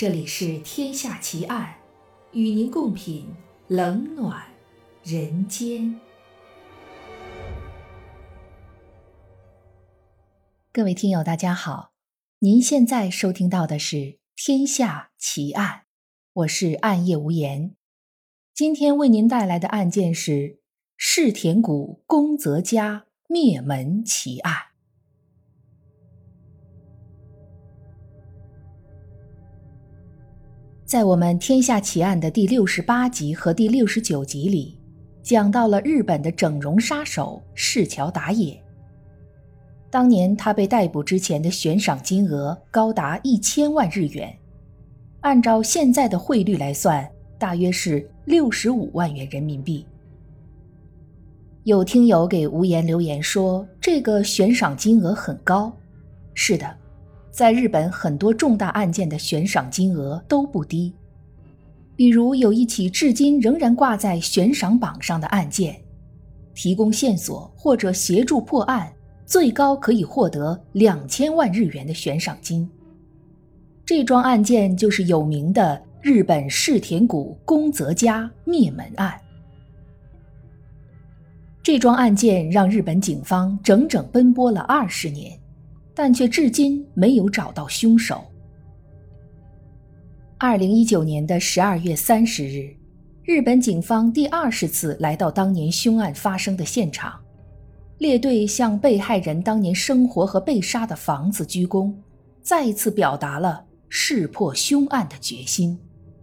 这里是天下奇案，与您共品冷暖人间。各位听友大家好，您现在收听到的是天下奇案，我是暗夜无言。今天为您带来的案件是世田谷宫泽家灭门奇案。在我们天下奇案的第68集和第69集里，讲到了日本的整容杀手市桥达也。当年他被逮捕之前的悬赏金额高达1000万日元，按照现在的汇率来算，大约是65万元人民币。有听友给无言留言说，这个悬赏金额很高。是的，在日本很多重大案件的悬赏金额都不低，比如有一起至今仍然挂在悬赏榜上的案件，提供线索或者协助破案，最高可以获得2000万日元的悬赏金。这桩案件就是有名的日本世田谷宫泽家灭门案。这桩案件让日本警方整整奔波了20年，但却至今没有找到凶手。2019年的12月30日，日本警方第20次来到当年凶案发生的现场，列队向被害人当年生活和被杀的房子鞠躬，再一次表达了识破凶案的决心。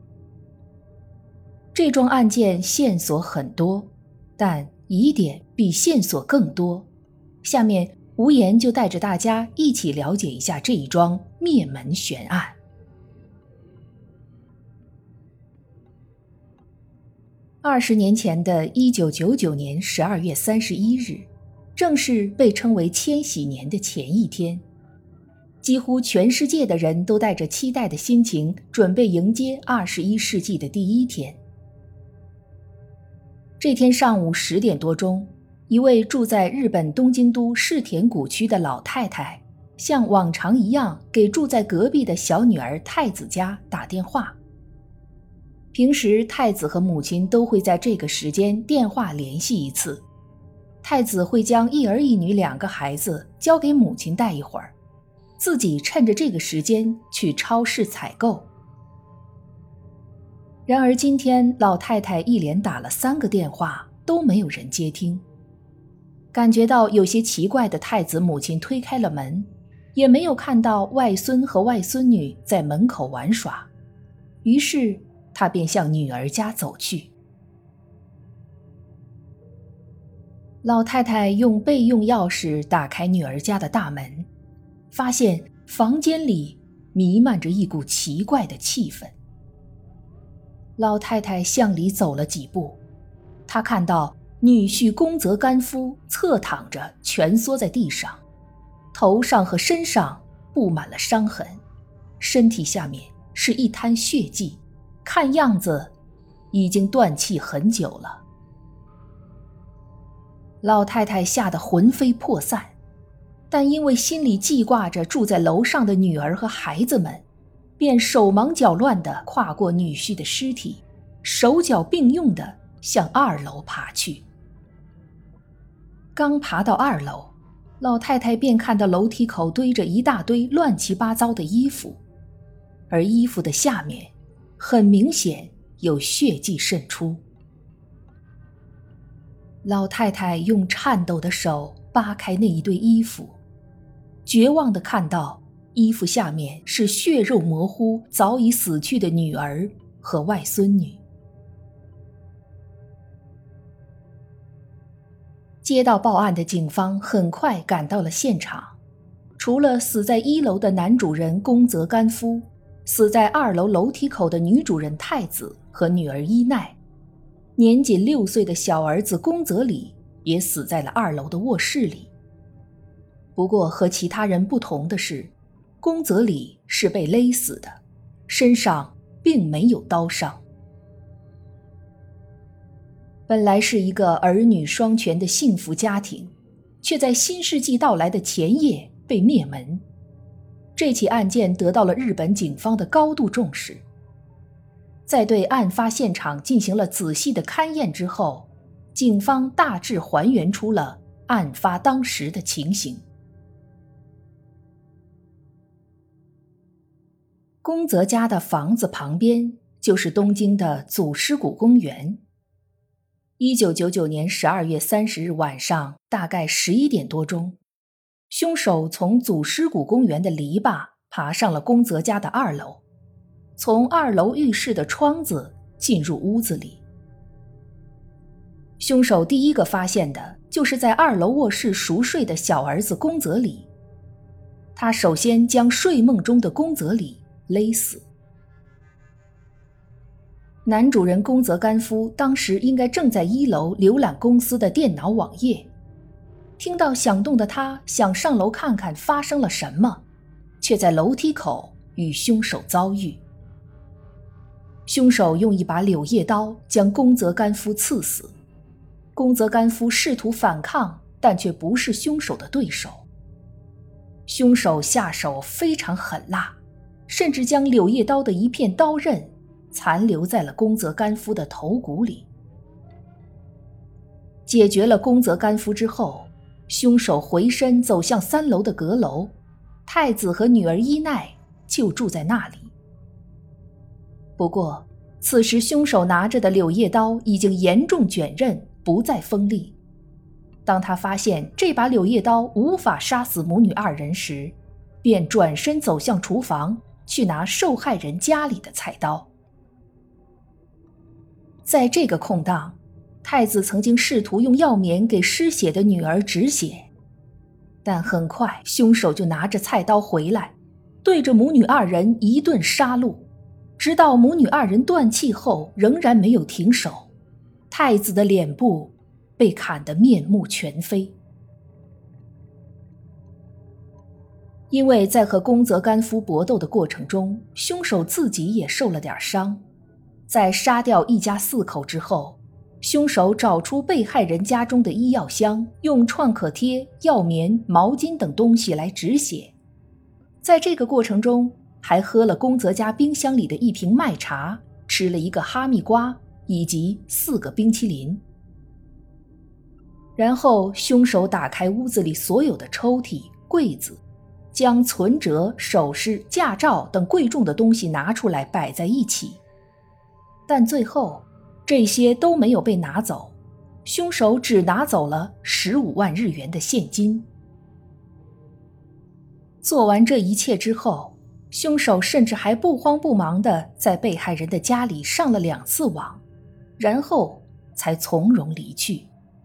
这桩案件线索很多，但疑点比线索更多。下面无言就带着大家一起了解一下这一桩灭门悬案。20年前的1999年12月31日，正是被称为千禧年的前一天，几乎全世界的人都带着期待的心情，准备迎接21世纪的第一天。这天上午10点多钟，一位住在日本东京都世田谷区的老太太，像往常一样给住在隔壁的小女儿太子家打电话。平时太子和母亲都会在这个时间电话联系一次，太子会将一儿一女2个孩子交给母亲带一会儿，自己趁着这个时间去超市采购。然而今天老太太一连打了3个电话，都没有人接听。感觉到有些奇怪的太子母亲推开了门，也没有看到外孙和外孙女在门口玩耍，于是她便向女儿家走去。老太太用备用钥匙打开女儿家的大门，发现房间里弥漫着一股奇怪的气氛。老太太向里走了几步，她看到女婿宫泽干夫侧躺着蜷缩在地上，头上和身上布满了伤痕，身体下面是一滩血迹，看样子已经断气很久了。老太太吓得魂飞魄散，但因为心里记挂着住在楼上的女儿和孩子们，便手忙脚乱地跨过女婿的尸体，手脚并用地向2楼爬去。刚爬到2楼，老太太便看到楼梯口堆着一大堆乱七八糟的衣服，而衣服的下面很明显有血迹渗出。老太太用颤抖的手扒开那一堆衣服，绝望地看到衣服下面是血肉模糊早已死去的女儿和外孙女。接到报案的警方很快赶到了现场，除了死在1楼的男主人宫泽干夫，死在2楼楼梯口的女主人太子和女儿伊奈，年仅6岁的小儿子宫泽里也死在了2楼的卧室里。不过和其他人不同的是，宫泽里是被勒死的，身上并没有刀伤。本来是一个儿女双全的幸福家庭，却在新世纪到来的前夜被灭门。 这起案件得到了日本警方的高度重视。在对案发现场进行了仔细的勘验之后，警方大致还原出了案发当时的情形。宫泽家的房子旁边就是东京的祖师谷公园。1999年12月30日晚上大概11点多钟，凶手从祖师谷公园的篱笆爬上了宫泽家的2楼，从2楼浴室的窗子进入屋子里。凶手第一个发现的就是在2楼卧室熟睡的小儿子宫泽里。他首先将睡梦中的宫泽里勒死。男主人宫泽干夫当时应该正在1楼浏览公司的电脑网页，听到响动的他想上楼看看发生了什么，却在楼梯口与凶手遭遇。凶手用一把柳叶刀将宫泽干夫刺死。宫泽干夫试图反抗，但却不是凶手的对手。凶手下手非常狠辣，甚至将柳叶刀的一片刀刃残留在了宫泽干夫的头骨里。解决了宫泽干夫之后，凶手回身走向3楼的阁楼，太子和女儿伊奈就住在那里。不过，此时凶手拿着的柳叶刀已经严重卷刃，不再锋利。当他发现这把柳叶刀无法杀死母女2人时，便转身走向厨房，去拿受害人家里的菜刀。在这个空档，太子曾经试图用药棉给失血的女儿止血，但很快凶手就拿着菜刀回来，对着母女2人一顿杀戮，直到母女2人断气后仍然没有停手，太子的脸部被砍得面目全非。因为在和宫泽干夫搏斗的过程中，凶手自己也受了点伤。在杀掉一家4口之后，凶手找出被害人家中的医药箱，用创可贴、药棉、毛巾等东西来止血。在这个过程中，还喝了宫泽家冰箱里的一瓶麦茶，吃了一个哈密瓜以及4个冰淇淋。然后凶手打开屋子里所有的抽屉、柜子，将存折、首饰、驾照等贵重的东西拿出来摆在一起。但最后这些都没有被拿走，凶手只拿走了15万日元的现金。做完这一切之后，凶手甚至还不慌不忙地在被害人的家里上了2次网，然后才从容离去。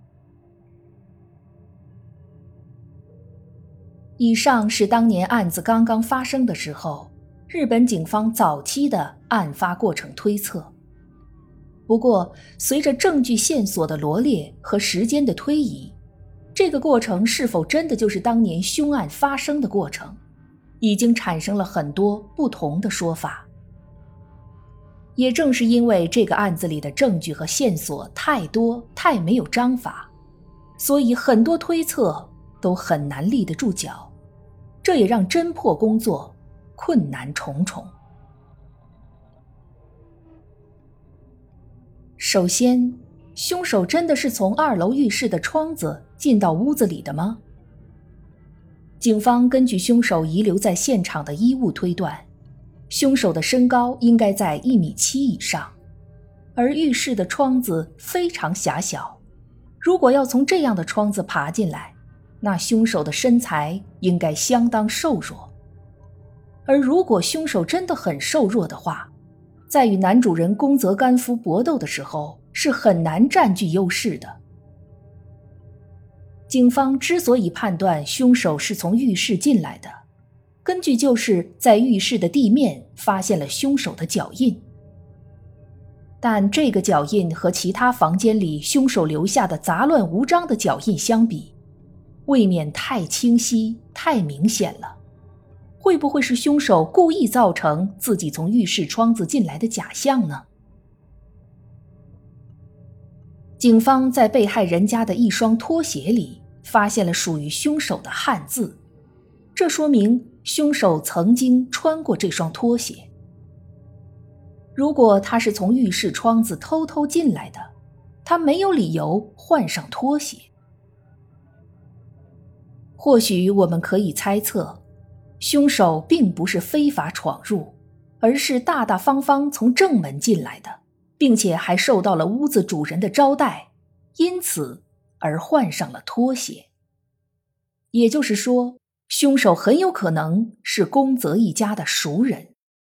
以上是当年案子刚刚发生的时候，日本警方早期的案发过程推测。不过，随着证据线索的罗列和时间的推移，这个过程是否真的就是当年凶案发生的过程，已经产生了很多不同的说法。也正是因为这个案子里的证据和线索太多，太没有章法，所以很多推测都很难立得住脚，这也让侦破工作困难重重。首先，凶手真的是从2楼浴室的窗子进到屋子里的吗？警方根据凶手遗留在现场的衣物推断，凶手的身高应该在1.7米以上，而浴室的窗子非常狭小，如果要从这样的窗子爬进来，那凶手的身材应该相当瘦弱。而如果凶手真的很瘦弱的话，在与男主人宫泽干夫搏斗的时候是很难占据优势的。警方之所以判断凶手是从浴室进来的，根据就是在浴室的地面发现了凶手的脚印。但这个脚印和其他房间里凶手留下的杂乱无章的脚印相比，未免太清晰、太明显了。会不会是凶手故意造成自己从浴室窗子进来的假象呢？警方在被害人家的一双拖鞋里发现了属于凶手的汉字，这说明凶手曾经穿过这双拖鞋。如果他是从浴室窗子偷偷进来的，他没有理由换上拖鞋。或许我们可以猜测，凶手并不是非法闯入，而是大大方方从正门进来的，并且还受到了屋子主人的招待，因此而换上了拖鞋。也就是说，凶手很有可能是宫泽一家的熟人。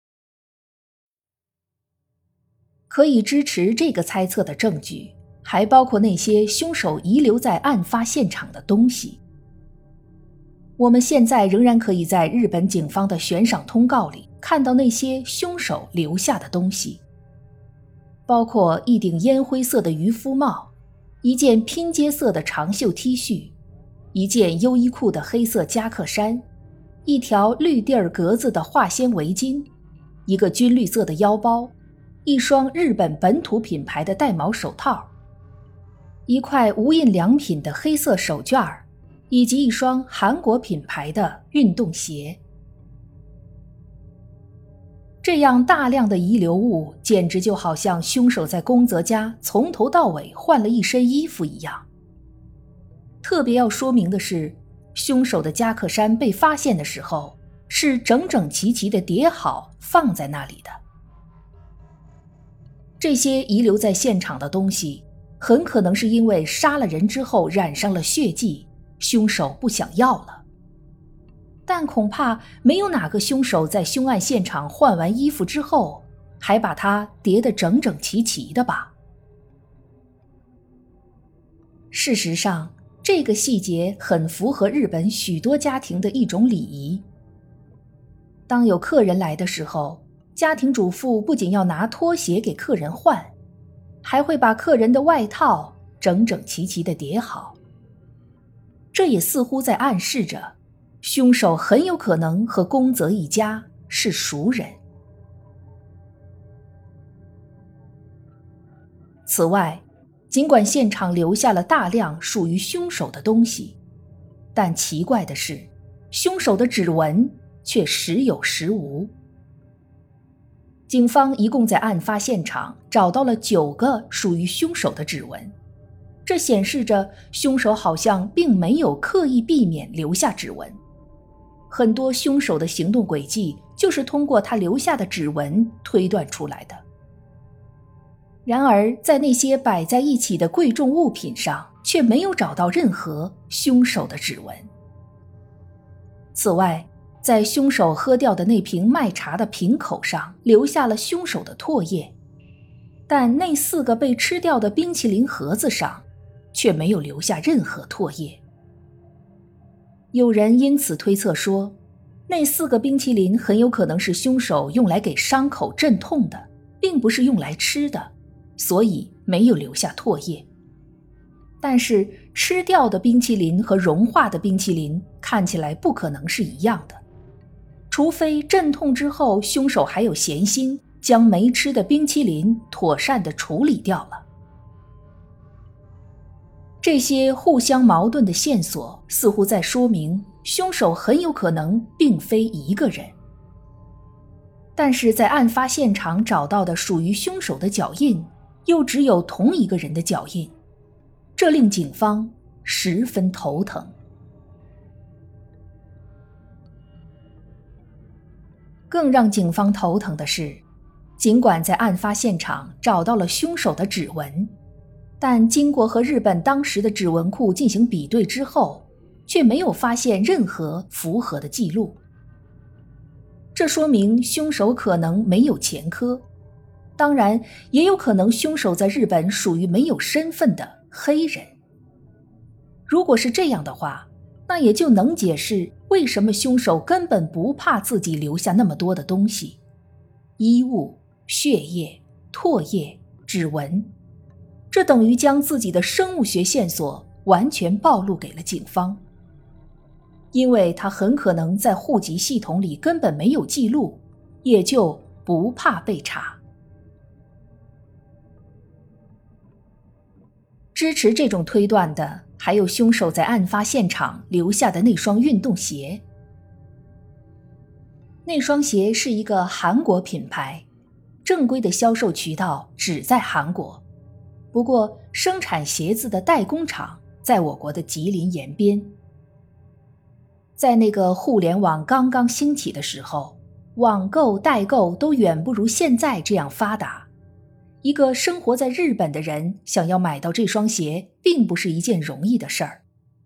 可以支持这个猜测的证据，还包括那些凶手遗留在案发现场的东西。我们现在仍然可以在日本警方的悬赏通告里看到那些凶手留下的东西，包括一顶烟灰色的渔夫帽，一件拼接色的长袖 T 恤，一件优衣库的黑色夹克衫，一条绿地儿格子的化纤围巾，一个军绿色的腰包，一双日本本土品牌的带毛手套，一块无印良品的黑色手绢，以及一双韩国品牌的运动鞋。这样大量的遗留物，简直就好像凶手在宫泽家从头到尾换了一身衣服一样。特别要说明的是，凶手的夹克衫被发现的时候，是整整齐齐地叠好放在那里的。这些遗留在现场的东西，很可能是因为杀了人之后染上了血迹，凶手不想要了。但恐怕没有哪个凶手在凶案现场换完衣服之后，还把它叠得整整齐齐的吧？事实上，这个细节很符合日本许多家庭的一种礼仪。当有客人来的时候，家庭主妇不仅要拿拖鞋给客人换，还会把客人的外套整整齐齐地叠好。这也似乎在暗示着，凶手很有可能和宫泽一家是熟人。此外，尽管现场留下了大量属于凶手的东西，但奇怪的是，凶手的指纹却时有时无。警方一共在案发现场找到了9个属于凶手的指纹，这显示着凶手好像并没有刻意避免留下指纹。很多凶手的行动轨迹就是通过他留下的指纹推断出来的。然而，在那些摆在一起的贵重物品上，却没有找到任何凶手的指纹。此外，在凶手喝掉的那瓶麦茶的瓶口上留下了凶手的唾液，但那4个被吃掉的冰淇淋盒子上却没有留下任何唾液。有人因此推测说，那4个冰淇淋很有可能是凶手用来给伤口镇痛的，并不是用来吃的，所以没有留下唾液。但是吃掉的冰淇淋和融化的冰淇淋看起来不可能是一样的，除非镇痛之后凶手还有闲心将没吃的冰淇淋妥善地处理掉了。这些互相矛盾的线索似乎在说明，凶手很有可能并非一个人。但是在案发现场找到的属于凶手的脚印，又只有同一个人的脚印，这令警方十分头疼。更让警方头疼的是，尽管在案发现场找到了凶手的指纹，但经过和日本当时的指纹库进行比对之后，却没有发现任何符合的记录。这说明凶手可能没有前科，当然也有可能凶手在日本属于没有身份的黑人。如果是这样的话，那也就能解释为什么凶手根本不怕自己留下那么多的东西，衣物、血液、唾液、指纹，这等于将自己的生物学线索完全暴露给了警方。因为他很可能在户籍系统里根本没有记录，也就不怕被查。支持这种推断的还有凶手在案发现场留下的那双运动鞋。 那双鞋是一个韩国品牌，正规的销售渠道只在韩国，不过生产鞋子的代工厂在我国的吉林延边。在那个互联网刚刚兴起的时候，网购代购都远不如现在这样发达。一个生活在日本的人想要买到这双鞋并不是一件容易的事儿。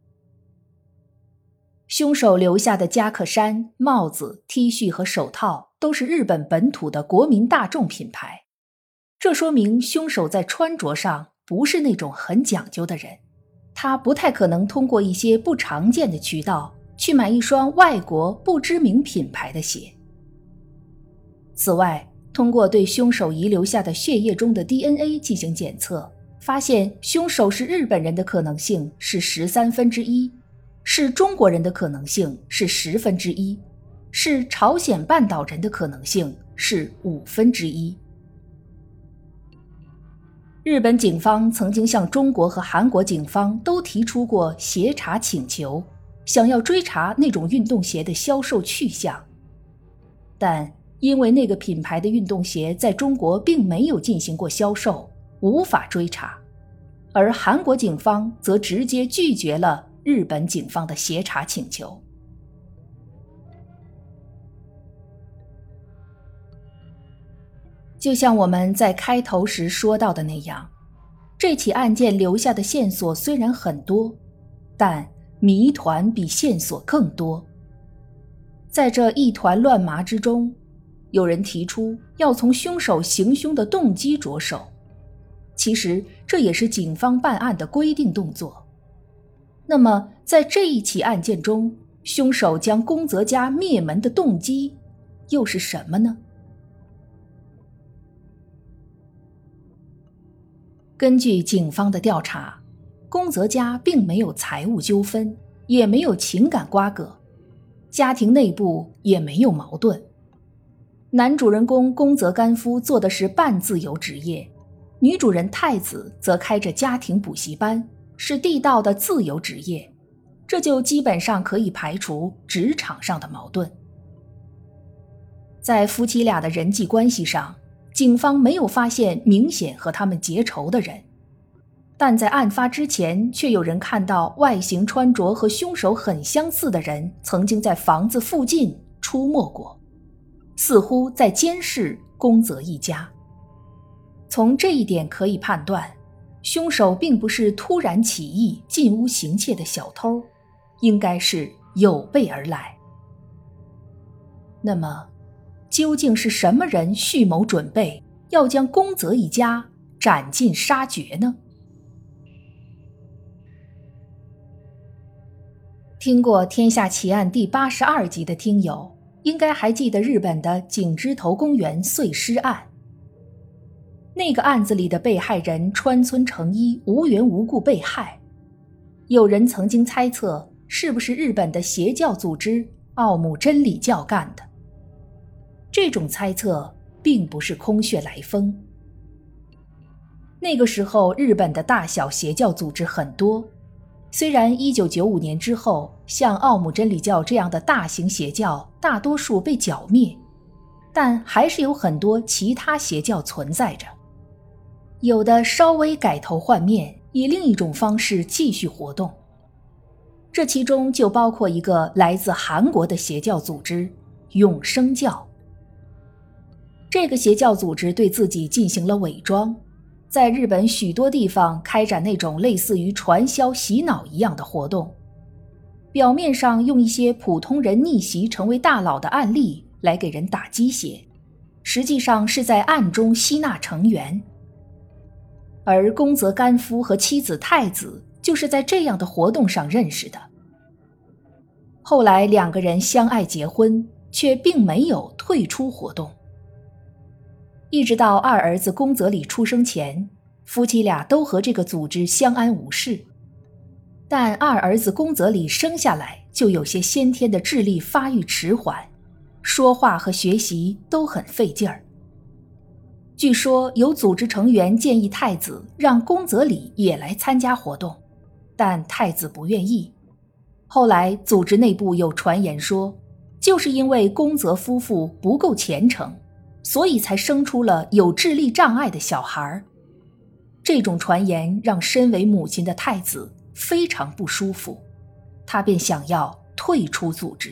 凶手留下的夹克衫、帽子、T 恤和手套都是日本本土的国民大众品牌，这说明凶手在穿着上不是那种很讲究的人，他不太可能通过一些不常见的渠道去买一双外国不知名品牌的鞋。此外，通过对凶手遗留下的血液中的 DNA 进行检测，发现凶手是日本人的可能性是1/13，是中国人的可能性是1/10，是朝鲜半岛人的可能性是1/5。日本警方曾经向中国和韩国警方都提出过协查请求，想要追查那种运动鞋的销售去向，但因为那个品牌的运动鞋在中国并没有进行过销售，无法追查，而韩国警方则直接拒绝了日本警方的协查请求。就像我们在开头时说到的那样，这起案件留下的线索虽然很多，但谜团比线索更多。在这一团乱麻之中，有人提出要从凶手行凶的动机着手，其实这也是警方办案的规定动作。那么在这一起案件中，凶手将宫泽家灭门的动机又是什么呢？根据警方的调查，宫泽家并没有财务纠纷，也没有情感瓜葛，家庭内部也没有矛盾。男主人公宫泽干夫做的是半自由职业，女主人太子则开着家庭补习班，是地道的自由职业，这就基本上可以排除职场上的矛盾。在夫妻俩的人际关系上，警方没有发现明显和他们结仇的人，但在案发之前却有人看到外形穿着和凶手很相似的人曾经在房子附近出没过，似乎在监视宫泽一家。从这一点可以判断，凶手并不是突然起意进屋行窃的小偷，应该是有备而来。那么究竟是什么人蓄谋准备要将宫泽一家斩尽杀绝呢？听过《天下奇案》第82集的听友应该还记得日本的井之头公园碎尸案。那个案子里的被害人川村诚一无缘无故被害，有人曾经猜测是不是日本的邪教组织奥姆真理教干的。这种猜测并不是空穴来风。那个时候日本的大小邪教组织很多，虽然1995年之后像奥姆真理教这样的大型邪教大多数被剿灭，但还是有很多其他邪教存在着，有的稍微改头换面，以另一种方式继续活动。这其中就包括一个来自韩国的邪教组织永生教。这个邪教组织对自己进行了伪装，在日本许多地方开展那种类似于传销洗脑一样的活动，表面上用一些普通人逆袭成为大佬的案例来给人打鸡血，实际上是在暗中吸纳成员。而宫泽干夫和妻子太子就是在这样的活动上认识的。后来两个人相爱结婚，却并没有退出活动。一直到二儿子宫泽里出生前，夫妻俩都和这个组织相安无事。但二儿子宫泽里生下来就有些先天的智力发育迟缓，说话和学习都很费劲儿。据说有组织成员建议太子让宫泽里也来参加活动，但太子不愿意。后来组织内部有传言说， 就是因为宫泽夫妇不够虔诚，所以才生出了有智力障碍的小孩。这种传言让身为母亲的太子非常不舒服，他便想要退出组织。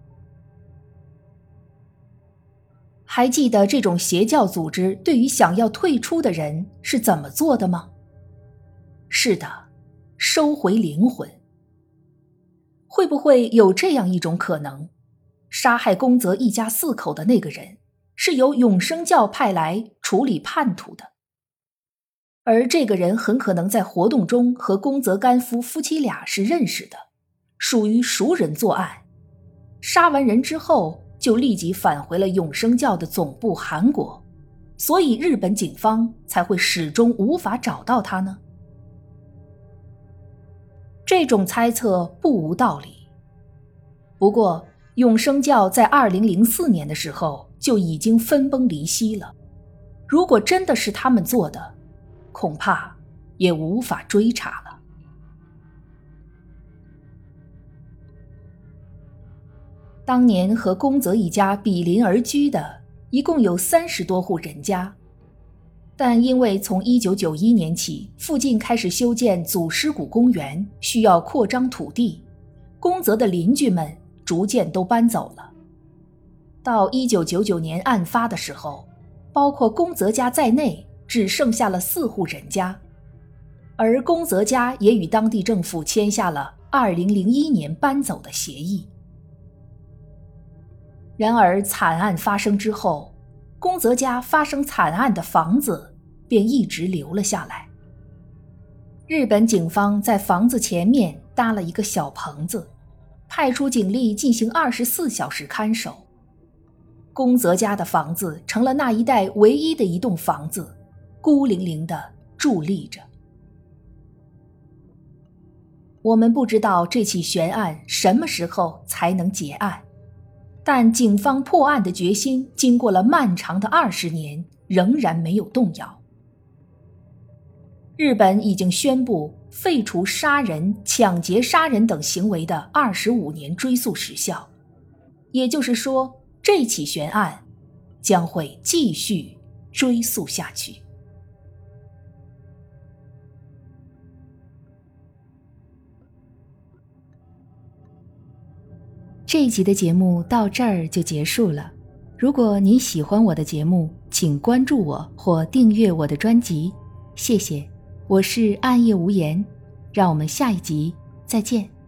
还记得这种邪教组织对于想要退出的人是怎么做的吗？是的，收回灵魂。会不会有这样一种可能，杀害宫泽一家4口的那个人是由永生教派来处理叛徒的？而这个人很可能在活动中和宫泽干夫夫妻俩是认识的，属于熟人作案。杀完人之后就立即返回了永生教的总部韩国，所以日本警方才会始终无法找到他呢？这种猜测不无道理。不过永生教在2004年的时候就已经分崩离析了，如果真的是他们做的，恐怕也无法追查了。当年和宫泽一家比邻而居的一共有30多户人家，但因为从1991年起附近开始修建祖师谷公园，需要扩张土地，宫泽的邻居们逐渐都搬走了。到1999年案发的时候，包括宫泽家在内只剩下了4户人家，而宫泽家也与当地政府签下了2001年搬走的协议。然而惨案发生之后，宫泽家发生惨案的房子便一直留了下来。日本警方在房子前面搭了一个小棚子，派出警力进行24小时看守。宫泽家的房子成了那一带唯一的一栋房子，孤零零地伫立着。我们不知道这起悬案什么时候才能结案，但警方破案的决心经过了漫长的20年仍然没有动摇。日本已经宣布废除杀人、抢劫杀人等行为的25年追诉时效，也就是说，这起悬案将会继续追诉下去。这一集的节目到这儿就结束了。如果你喜欢我的节目，请关注我或订阅我的专辑，谢谢。我是暗夜无言，让我们下一集再见。